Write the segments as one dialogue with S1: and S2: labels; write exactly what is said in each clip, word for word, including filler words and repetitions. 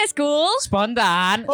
S1: Podcast Cool
S2: Spontan.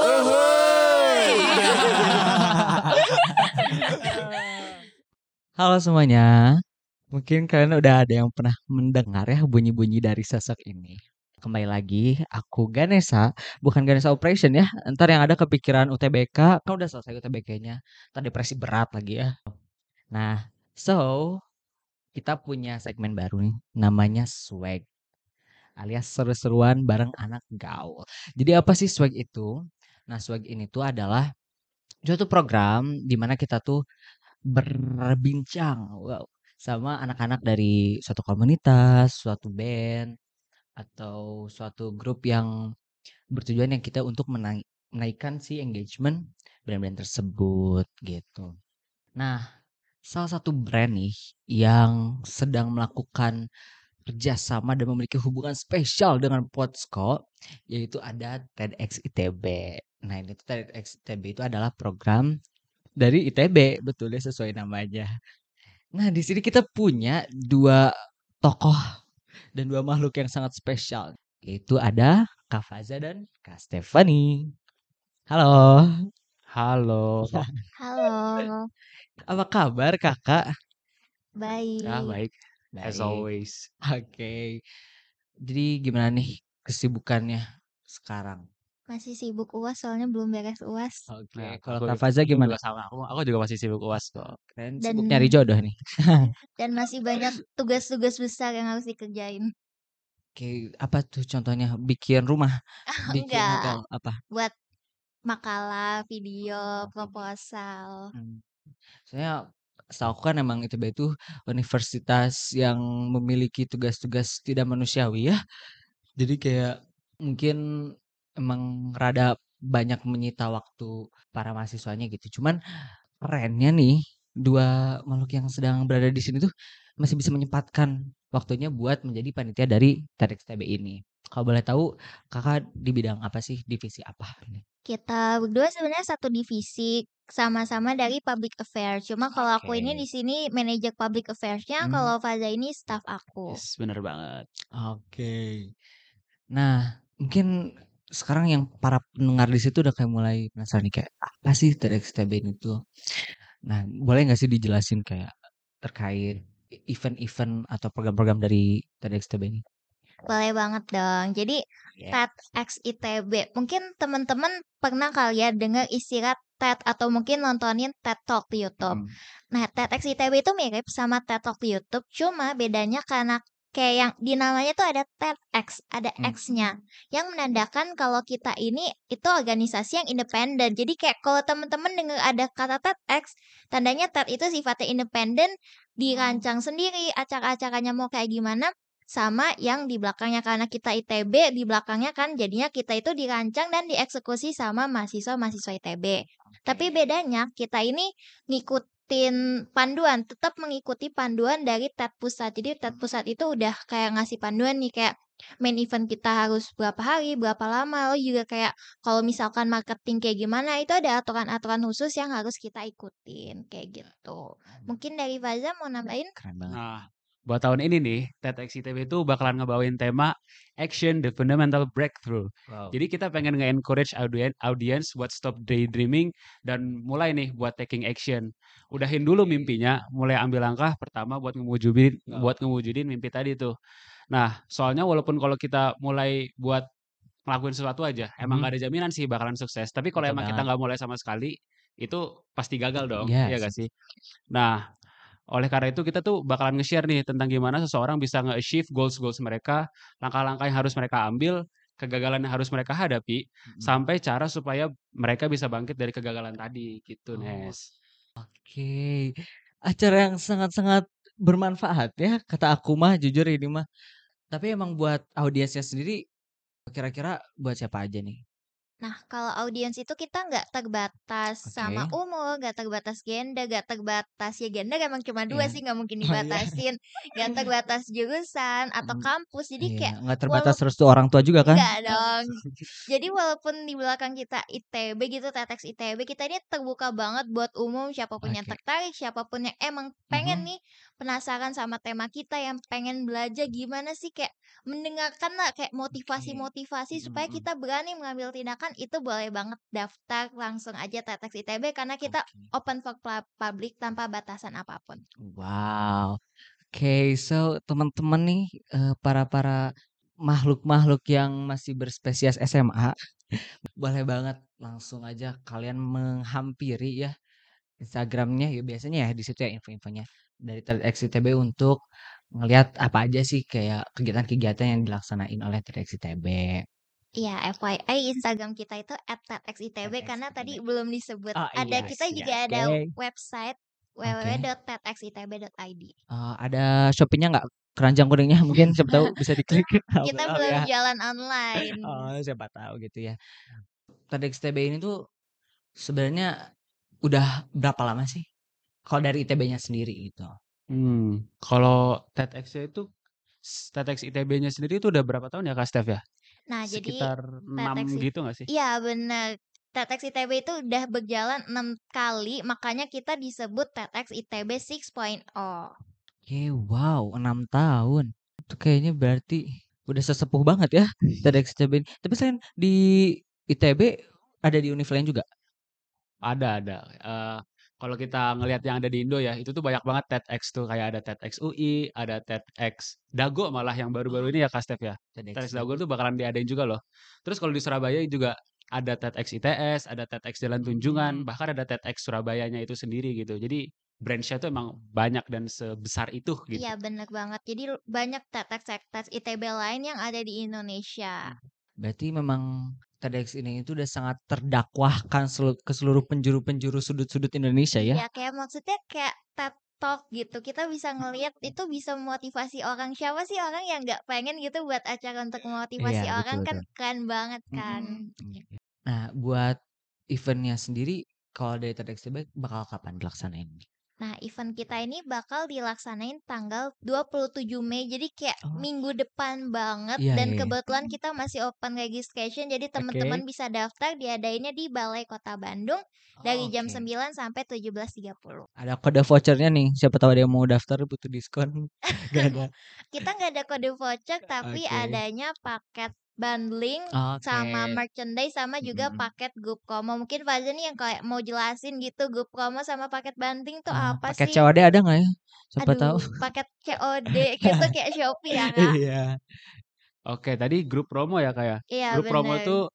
S3: Halo semuanya. Mungkin kalian udah ada yang pernah mendengar ya bunyi-bunyi dari sosok ini. Kembali lagi, aku Ganesha, bukan Ganesha Operation ya. Ntar yang ada kepikiran U T B K, kan udah selesai U T B K-nya. Ntar depresi berat lagi ya. Nah, so kita punya segmen baru nih, namanya Swag. Alias seru-seruan bareng anak gaul. Jadi apa sih Swag itu? Nah, Swag ini tuh adalah suatu program di mana kita tuh berbincang wow, sama anak-anak dari suatu komunitas, suatu band, atau suatu grup yang bertujuan yang kita untuk menai- menaikkan si engagement brand-brand tersebut gitu. Nah, salah satu brand nih yang sedang melakukan kerjasama dan memiliki hubungan spesial dengan Potsko, yaitu ada TEDx I T B. Nah, ini tuh TEDx I T B itu adalah program dari I T B, betul ya sesuai namanya. Nah, di sini kita punya dua tokoh dan dua makhluk yang sangat spesial. Yaitu ada Kak Faza dan Kak Stephanie. Halo.
S2: Halo.
S4: Halo,
S3: Apa kabar Kakak?
S4: baik.
S2: Ya baik. As
S3: Baik.
S2: always.
S3: Oke. Jadi gimana nih kesibukannya sekarang?
S4: Masih sibuk U A S soalnya belum beres U A S.
S3: Oke,
S2: Nah,
S3: kalau
S2: aku-
S3: Kak Faza
S2: aku
S3: gimana?
S2: juga sama. Aku, aku juga masih sibuk U A S kok.
S3: Keren
S4: Dan-
S3: sibuk nyari jodoh nih.
S4: Dan masih banyak tugas-tugas besar yang harus dikerjain.
S3: Oke, apa tuh contohnya? Bikin rumah, bikin
S4: Enggak.
S3: hotel, apa?
S4: Buat makalah, video, proposal.
S3: Hmm. Saya setahu aku kan emang I T B itu universitas yang memiliki tugas-tugas tidak manusiawi ya. Jadi kayak mungkin emang rada banyak menyita waktu para mahasiswanya gitu. Cuman kerennya nih dua makhluk yang sedang berada di sini tuh masih bisa menyempatkan waktunya buat menjadi panitia dari TEDx I T B ini. Kalau boleh tahu kakak di bidang apa sih? Divisi apa ini?
S4: Kita berdua sebenarnya satu divisi, sama-sama dari public affairs. Cuma kalau aku ini
S3: Oke.
S4: di sini manajer public affairs-nya,
S3: Hmm.
S4: kalau Faza ini staff aku.
S2: Yes, bener banget.
S3: Oke. Nah, mungkin sekarang yang para pendengar di situ udah kayak mulai penasaran nih kayak apa sih TEDx I T B itu? Nah, boleh nggak sih dijelasin kayak terkait event-event atau program-program dari TEDx I T B ini?
S4: Boleh banget dong. Jadi
S3: Yeah.
S4: TEDx I T B. Mungkin teman-teman pernah kali ya dengar istilah TED atau mungkin nontonin TED Talk di YouTube.
S3: Hmm.
S4: Nah, TEDx I T B itu mirip sama TED Talk di YouTube, cuma bedanya karena kayak yang di namanya tuh ada TEDx, ada
S3: Hmm.
S4: X-nya. Yang menandakan kalau kita ini itu organisasi yang independen. Jadi kayak kalau teman-teman dengar ada kata TEDx, tandanya TED itu sifatnya independen, dirancang sendiri acara-acaranya mau kayak gimana, sama yang di belakangnya karena kita I T B di belakangnya kan jadinya kita itu dirancang dan dieksekusi sama mahasiswa-mahasiswa I T B. Tapi bedanya kita ini ngikutin panduan, tetap mengikuti panduan dari TED Pusat. Jadi TED Pusat itu udah kayak ngasih panduan nih kayak main event kita harus berapa hari, berapa lama. Lalu juga kayak kalau misalkan marketing kayak gimana itu ada aturan-aturan khusus yang harus kita ikutin kayak gitu. Mungkin dari Faza mau nambahin?
S3: Keren banget.
S2: Nah, buat tahun ini nih, TEDx I T B itu bakalan ngebawain tema Action the Fundamental Breakthrough.
S3: Wow.
S2: Jadi kita pengen nge-encourage audien audience buat stop daydreaming dan mulai nih buat taking action. Udahin dulu mimpinya, mulai ambil langkah pertama buat ngewujudin
S3: Wow.
S2: buat ngewujudin mimpi tadi tuh. Nah, soalnya walaupun kalau kita mulai buat ngelakuin sesuatu aja, emang
S3: Mhm.
S2: gak ada jaminan sih bakalan sukses. Tapi kalau
S3: Betul
S2: emang kita
S3: banget.
S2: nggak mulai sama sekali, itu pasti gagal dong,
S3: Yes.
S2: iya gak sih? Nah, oleh karena itu kita tuh bakalan nge-share nih tentang gimana seseorang bisa nge-achieve goals-goals mereka, langkah-langkah yang harus mereka ambil, kegagalan yang harus mereka hadapi,
S3: Mhm.
S2: sampai cara supaya mereka bisa bangkit dari kegagalan tadi gitu,
S3: Oh.
S2: Nes.
S3: Oke. Acara yang sangat-sangat bermanfaat ya kata aku mah jujur ini mah. Tapi emang buat audiensnya sendiri kira-kira buat siapa aja nih?
S4: Nah, kalau audiens itu kita nggak terbatas sama
S3: Oke.
S4: umur, nggak terbatas gender, nggak terbatas ya gender emang cuma dua
S3: Iya.
S4: sih, nggak mungkin
S3: Oh iya.
S4: dibatasin, nggak terbatas jurusan atau
S3: Mhm.
S4: kampus. Jadi
S3: Iya,
S4: kayak
S3: nggak terbatas
S4: walau
S3: restu orang tua juga kan?
S4: enggak dong. Jadi walaupun di belakang kita I T B gitu, TEDx I T B, kita ini terbuka banget buat umum, siapapun yang
S3: Oke.
S4: tertarik, siapapun yang emang pengen
S3: Mhm.
S4: nih penasaran sama tema kita, yang pengen belajar gimana sih kayak mendengarkan lah kayak
S3: Oke.
S4: motivasi-motivasi
S3: Mhm
S4: supaya
S3: mhm.
S4: kita berani mengambil tindakan, itu boleh banget daftar langsung aja TEDx I T B karena kita
S3: Oke.
S4: open for pla- public tanpa batasan apapun.
S3: Wow. Oke, so teman-teman nih, eee, para-para makhluk-makhluk yang masih berspesies S M A, boleh banget langsung aja kalian menghampiri ya Instagram-nya ya biasanya ya di situ ya info-infonya dari TEDx I T B untuk ngelihat apa aja sih kayak kegiatan-kegiatan yang dilaksanain oleh TEDx I T B.
S4: Iya, F Y I Instagram kita itu at TEDx I T B
S3: TEDx
S4: karena
S3: I T B.
S4: tadi belum disebut.
S3: Oh
S4: Ada
S3: iya
S4: kita
S3: siap,
S4: juga ada
S3: oke.
S4: website
S3: Oke.
S4: w w w dot ted x i t b dot i d.
S3: Eee, ada Shopee-nya nggak? Keranjang kuningnya mungkin siapa tahu bisa diklik. Oh
S4: Kita
S3: belum
S4: belum
S3: ya?
S4: jalan online.
S3: Oh siapa tahu gitu ya. TEDx I T B ini tuh sebenarnya udah berapa lama sih? Kalau dari I T B-nya sendiri gitu.
S2: Hmm, kalau TEDx-nya itu s- TEDx I T B-nya sendiri itu udah berapa tahun ya Kak Steph ya?
S4: Nah, jadi
S2: Sekitar
S4: TEDx
S2: enam
S4: I-
S2: gitu nggak sih?
S4: iya benar. TEDx I T B itu udah berjalan enam kali, makanya kita disebut TEDx I T B enam titik nol.
S3: Oke, wow, enam tahun. Itu kayaknya berarti udah sesepuh banget ya TEDx I T B. ini. Tapi selain di I T B ada di univ lain juga.
S2: Ada ada. Eh, kalau kita ngelihat yang ada di Indo ya, itu tuh banyak banget TEDx tuh kayak ada TEDx U I, ada TEDx Dago malah yang baru-baru ini ya Kak Steph ya.
S3: TEDx
S2: TEDx Dago
S3: Dago.
S2: tuh bakalan diadain juga loh. Terus kalau di Surabaya juga ada TEDx I T S, ada TEDx Jalan Tunjungan,
S3: Hmm,
S2: bahkan ada TEDx Surabayanya itu sendiri gitu. Jadi branch-nya tuh emang banyak dan sebesar itu gitu.
S4: Iya bener banget. Jadi lu- banyak TEDx TEDx I T B lain yang ada di Indonesia.
S3: berarti memang TEDx ini itu udah sangat terdakwahkan selu- ke seluruh penjuru-penjuru sudut-sudut Indonesia ya.
S4: Iya, kayak maksudnya kayak TED Talk gitu. Kita bisa ngelihat itu bisa memotivasi orang. Siapa sih orang yang nggak pengen gitu buat acara untuk
S3: Iya,
S4: memotivasi
S3: betul
S4: orang, kan
S3: betul.
S4: keren banget kan.
S3: Mm-mm. Nah, buat eventnya sendiri, kalau dari TEDx I T B bakal kapan dilaksanain?
S4: Nah, event kita ini bakal dilaksanain tanggal dua puluh tujuh Mei. Jadi kayak
S3: Oh,
S4: minggu depan banget
S3: iya
S4: dan
S3: iya. Iya.
S4: kebetulan kita masih open registration. Jadi
S3: Oke.
S4: teman-teman bisa daftar diadainnya di Balai Kota Bandung dari
S3: Oh,
S4: jam
S3: oke.
S4: sembilan sampai tujuh belas tiga puluh.
S3: Ada kode vouchernya nih. Siapa tahu ada yang mau daftar butuh diskon. Gak ada.
S4: Kita nggak ada kode voucher tapi
S3: Oke.
S4: adanya paket bundling sama
S3: Oke.
S4: merchandise sama juga
S3: Mm-mm.
S4: paket grup promo. Mungkin Faza nih yang kayak mau jelasin gitu grup promo sama paket bundling tuh
S3: Ah,
S4: apa
S3: pakai
S4: sih?
S3: C O D ada nggak ya? Siapa tahu.
S4: Aduh, paket C O D gitu kayak Shopee ya, Kak?
S3: Iya.
S2: Oke, tadi grup promo ya kayak.
S4: Iya,
S2: Grup promo
S4: bener.
S2: itu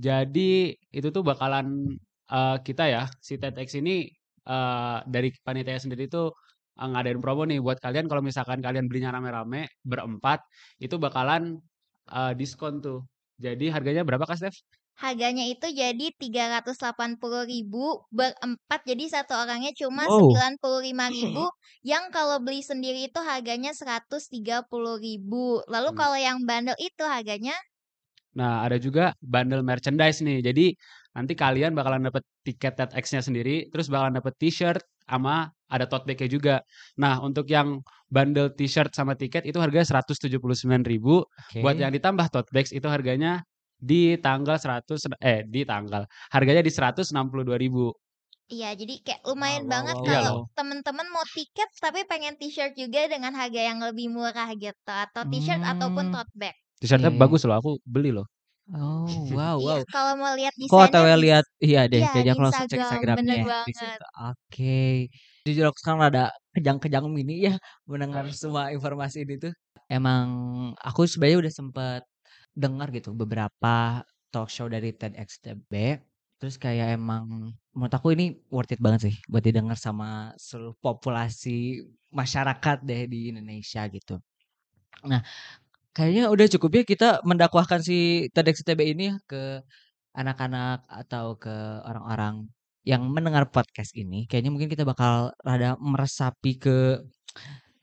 S2: jadi itu tuh bakalan eh, kita ya si TEDx ini eh, dari panitia sendiri tuh eh, ngadain promo nih buat kalian kalau misalkan kalian belinya rame-rame berempat itu bakalan eh, diskon tuh. Jadi harganya berapa Kak Steph?
S4: Harganya itu jadi tiga ratus delapan puluh ribu berempat, jadi satu orangnya cuma
S3: Wow.
S4: sembilan puluh lima ribu. Yang kalau beli sendiri itu harganya seratus tiga puluh ribu. Lalu
S2: Hmm.
S4: kalau yang bundle itu harganya
S2: Nah, ada juga bundle merchandise nih. Jadi nanti kalian bakalan dapet tiket TEDx-nya sendiri, terus bakalan dapet t-shirt sama ada tote bag-nya juga. Nah, untuk yang bundle t-shirt sama tiket itu harganya seratus tujuh puluh sembilan ribu. Buat
S3: Oke.
S2: yang ditambah tote bags itu harganya di tanggal seratus eh di tanggal harganya di seratus enam puluh dua ribu.
S4: iya, jadi kayak
S3: Wow,
S4: lumayan
S3: wow,
S4: banget
S3: wow,
S2: Iya
S4: kalau
S3: wow.
S2: loh.
S4: temen-temen mau tiket tapi pengen t-shirt juga dengan harga yang lebih murah gitu, atau t-shirt ataupun
S3: Hmm.
S4: tote bag.
S3: Iya,
S2: T-shirtnya
S3: iya.
S2: bagus loh, aku beli loh.
S3: Oh, wow,
S4: Iya,
S3: wow.
S4: kalau mau lihat
S3: Kok
S4: desainnya
S3: O T W
S4: bis
S3: lihat iya deh,
S4: iya
S3: kayaknya
S4: di
S3: aku langsung cek
S4: Instagram,
S3: Instagramnya
S4: bener
S3: ya di
S4: banget.
S3: situ. Oke. Jujur aku sekarang rada kejang-kejang mini ya mendengar semua informasi ini tuh. Emang aku sebenarnya udah sempet dengar gitu beberapa talk show dari TEDx T B. Terus kayak emang menurut aku ini worth it banget sih buat didengar sama seluruh populasi masyarakat deh di Indonesia gitu. Nah, kayaknya udah cukup ya kita mendakwahkan si TEDx T B ini ya ke anak-anak atau ke orang-orang yang mendengar podcast ini. Kayaknya mungkin kita bakal rada meresapi ke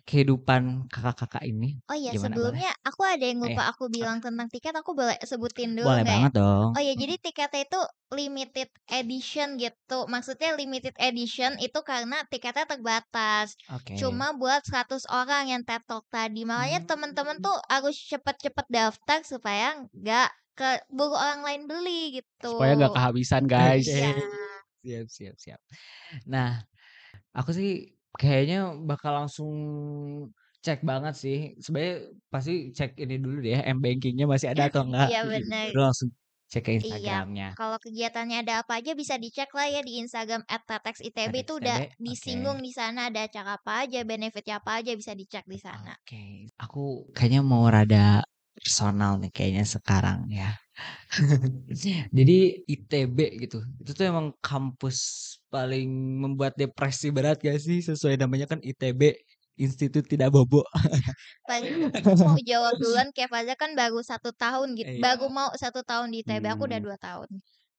S3: kehidupan kakak-kakak ini
S4: Oh iya,
S3: gimana, boleh?
S4: sebelumnya aku ada yang
S3: Oh ya,
S4: lupa aku bilang tentang tiket, aku boleh sebutin dulu
S3: boleh
S4: nggak ya?
S3: banget dong.
S4: Oh ya,
S3: Mhm.
S4: jadi tiketnya itu limited edition gitu. Maksudnya limited edition itu karena tiketnya terbatas.
S3: Oke.
S4: Cuma buat seratus orang yang TED Talk tadi. Makanya teman-teman
S3: Hmm.
S4: tuh harus cepet-cepet daftar supaya nggak keburu orang lain beli gitu.
S2: Supaya nggak kehabisan guys.
S3: Oke.
S4: Iya.
S3: Siap, siap, siap. Nah, aku sih kayaknya bakal langsung cek banget sih. Sebenarnya pasti cek ini dulu deh, m-bankingnya masih ada atau enggak.
S4: Iya benar.
S3: Baru langsung cek ke
S4: Iya,
S3: Instagramnya.
S4: kalau kegiatannya ada apa aja bisa dicek lah ya di Instagram at tetexitb itu
S3: TEDxITB,
S4: udah
S3: oke.
S4: disinggung di sana ada acara apa aja, benefitnya apa aja bisa dicek di sana.
S3: Oke, aku kayaknya mau rada personal nih kayaknya sekarang ya. Jadi I T B gitu, itu tuh emang kampus paling membuat depresi berat gak sih? Sesuai namanya kan I T B, Institut Tidak Bobo.
S4: Paling mau jawab duluan kayak Faza kan baru satu tahun gitu,
S3: Iya.
S4: baru mau satu tahun di I T B, aku udah
S2: Hmm,
S4: dua tahun.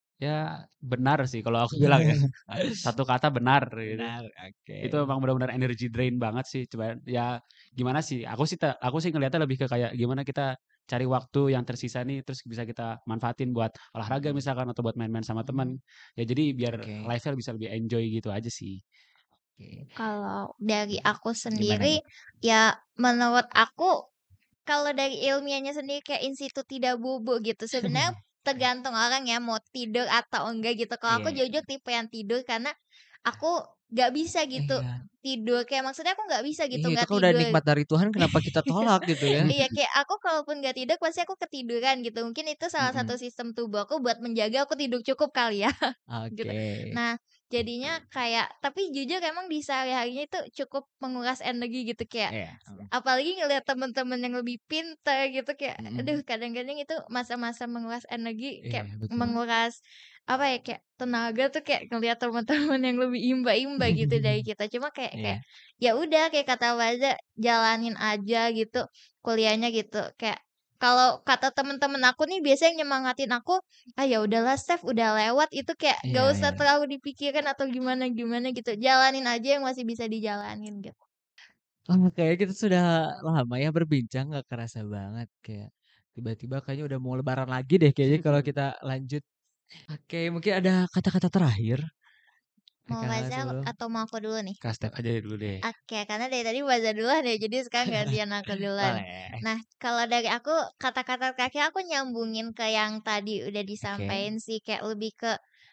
S2: ya benar sih kalau aku bilang ya. Satu kata benar gitu.
S3: Benar,
S2: Itu
S3: oke.
S2: emang benar-benar energy drain banget sih. Coba ya gimana sih? Aku sih ta- aku sih ngelihatnya lebih ke kayak gimana kita cari waktu yang tersisa nih terus bisa kita manfaatin buat olahraga misalkan atau buat main-main sama teman. Ya jadi biar
S3: Oke,
S2: life-nya bisa lebih enjoy gitu aja sih.
S3: oke.
S4: Kalau dari aku
S3: Gimana
S4: sendiri,
S3: nih?
S4: ya menurut aku kalau dari ilmiahnya sendiri kayak institut tidak bobo gitu, sebenarnya tergantung orang ya mau tidur atau enggak gitu. Kalau aku
S3: Iya,
S4: jujur tipe yang tidur karena aku nggak bisa gitu
S3: iya.
S4: tidur, kayak maksudnya aku nggak bisa gitu
S3: Iya, itu
S4: nggak
S3: kan udah
S4: tidur.
S3: nikmat dari Tuhan kenapa kita tolak gitu ya?
S4: Iya, kayak aku kalaupun nggak tidur pasti aku ketiduran gitu. Mungkin itu salah satu
S3: Mhm.
S4: sistem tubuh aku buat menjaga aku tidur cukup kali ya, gitu.
S3: Oke.
S4: Nah, jadinya kayak tapi jujur emang di sehari-harinya itu cukup menguras energi gitu, kayak
S3: Iya, mhm.
S4: apalagi ngelihat teman-teman yang lebih pintar gitu, kayak aduh
S3: Mhm.
S4: kadang-kadang itu masa-masa menguras energi, kayak
S3: Iya, betul.
S4: menguras apa ya, kayak tenaga tuh kayak ngelihat teman-teman yang lebih imba-imba gitu dari kita. Cuma kayak kayak
S3: Iya.
S4: ya udah kayak kata Waza, jalanin aja gitu kuliahnya gitu. Kayak kalau kata temen-temen aku nih biasanya nyemangatin aku, "Ah, ya udahlah Steph, udah lewat itu kayak
S3: Iya,
S4: gak usah
S3: iya.
S4: terlalu dipikirkan atau gimana-gimana gitu. Jalanin aja yang masih bisa dijalanin," gitu.
S3: Oh, kayaknya kita sudah lama ya berbincang, nggak kerasa banget kayak tiba-tiba kayaknya udah mau lebaran lagi deh kayaknya kalau kita lanjut. Oke, mungkin ada kata-kata terakhir dari
S4: Mau
S3: Kakak
S4: Waza
S3: sebelum
S4: atau mau aku dulu nih?
S2: Kak Step aja dulu deh.
S4: Oke, karena dari tadi Waza duluan ya, jadi sekarang gantian aku duluan.
S3: boleh.
S4: Nah, kalau dari aku kata-kata terakhir aku nyambungin ke yang tadi udah
S3: Oke.
S4: disampaikan sih, kayak lebih ke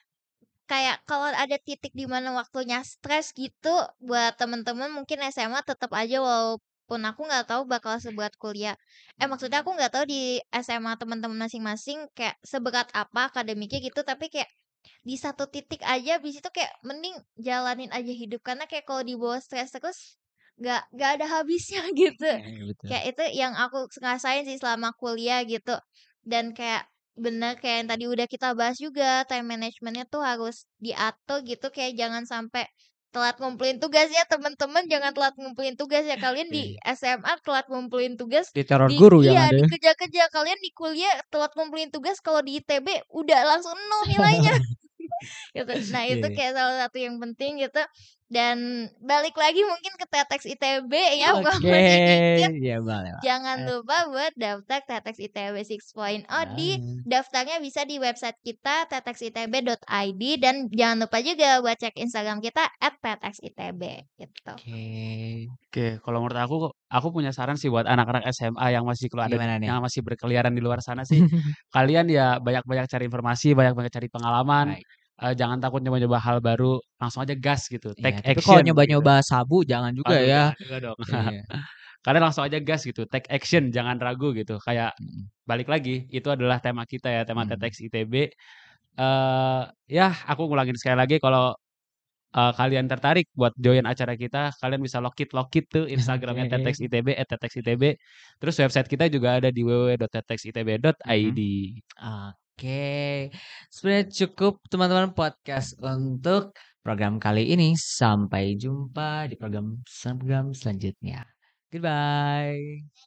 S4: kayak kalau ada titik di mana waktunya stres gitu buat temen-temen mungkin S M A tetap aja walaupun aku nggak tahu bakal seberat kuliah. Eh maksudnya aku nggak tahu di S M A teman-teman masing-masing kayak seberat apa akademiknya gitu tapi kayak di satu titik aja habis itu kayak mending jalanin aja hidup karena kayak kalau dibawa stres terus nggak nggak ada habisnya gitu.
S3: Iya, betul.
S4: Kayak itu yang aku ngerasain sih selama kuliah gitu. Dan kayak bener kayak yang tadi udah kita bahas juga, time management-nya tuh harus diatur gitu, kayak jangan sampai telat ngumpulin tugas ya teman-teman, jangan telat ngumpulin tugas ya. Kalian di
S3: Oke.
S4: S M A telat ngumpulin tugas,
S3: Diteror
S4: di
S3: guru yang
S4: iya
S3: ada.
S4: dikejar-kejar. Kalian di kuliah telat ngumpulin tugas, kalau di I T B udah langsung nol nilainya. Gitu. Nah,
S3: Iya,
S4: itu
S3: iya.
S4: kayak salah satu yang penting gitu. Dan balik lagi mungkin ke TEDx I T B ya, buat
S3: Oke,
S4: dikit.
S3: ya boleh, Pak.
S4: Jangan
S3: Eh,
S4: lupa buat daftar TEDx I T B enam titik nol di
S3: ah,
S4: daftarnya bisa di website kita tetexitb dot i d dan jangan lupa juga buat cek Instagram kita at tetexitb gitu.
S3: Oke.
S2: Oke, kalau menurut aku aku punya saran sih buat anak-anak S M A yang masih keluar ada
S3: Gimana nih?
S2: yang masih berkeliaran di luar sana sih. Kalian ya banyak-banyak cari informasi, banyak-banyak cari pengalaman.
S3: Baik.
S2: eh, jangan takut nyoba-nyoba hal baru, langsung aja gas gitu.
S3: Iya,
S2: Take
S3: tapi kalau
S2: action gitu.
S3: nyoba-nyoba sabu jangan juga
S2: Aduh,
S3: ya.
S2: jangan juga dong.
S3: Iya.
S2: Kalian langsung aja gas gitu. Take action, jangan ragu gitu. Kayak
S3: Mhm,
S2: balik lagi, itu adalah tema kita ya, tema
S3: mhm.
S2: TEDx I T B. Eh ya, aku ngulangin sekali lagi kalau eh, kalian tertarik buat join acara kita, kalian bisa lokit lokit tuh Instagramnya
S3: Oke.
S2: tetexitb, at tetexitb. Terus website kita juga ada di w w w dot tetexitb dot i d.
S3: Mhm. Oke. Sebenarnya cukup teman-teman podcast untuk program kali ini. Sampai jumpa di program program selanjutnya. Goodbye.